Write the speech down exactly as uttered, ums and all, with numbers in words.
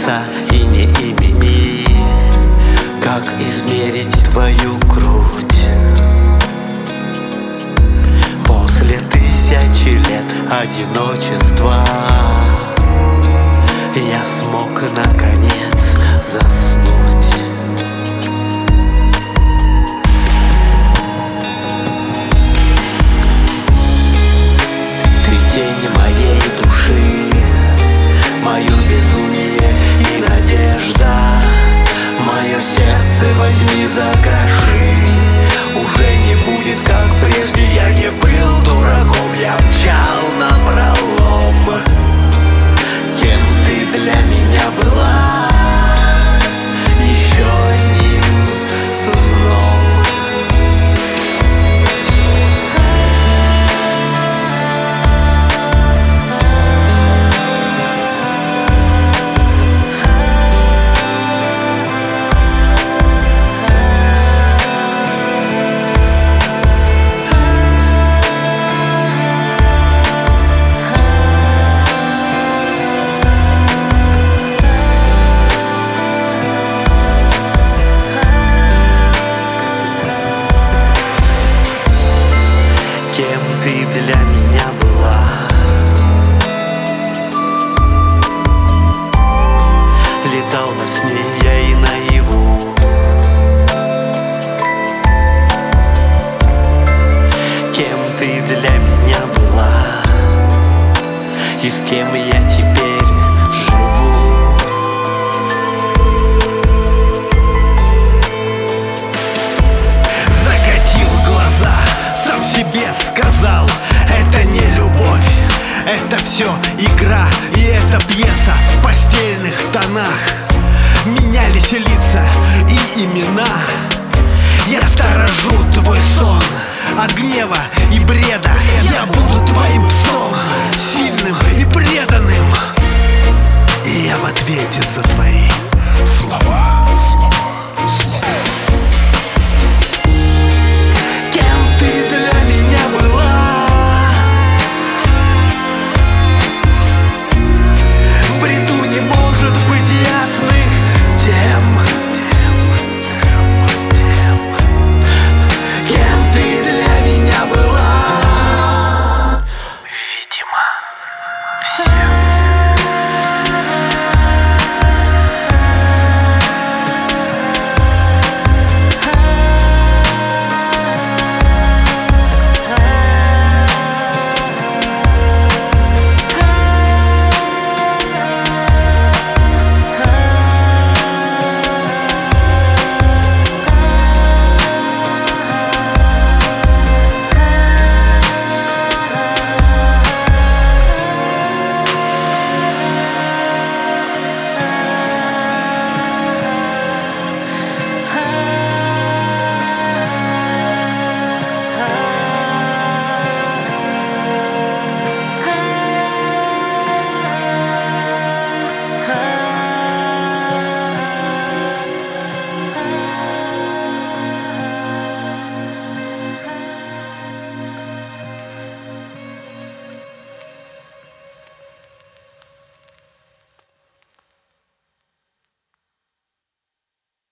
лица и не имени. Как измерить твою грудь после тысячи лет одиночества? Я смог наконец заснуть. Ты тень моей души, мое безумие и надежда. Мое сердце возьми, закроши. Уже не будет, как прежде. Я не был дураком, я мчал напролом. Кем ты для меня была? Еще одним сном. Кем ты для меня была? Летал во сне я и наяву. Кем ты для меня была? И с кем я теперь живу? Закатил глаза, сам себе сказал: это не любовь, это все игра. И эта пьеса в постельных тонах. Менялись лица и имена. Я сторожу твой сон от гнева и бреда.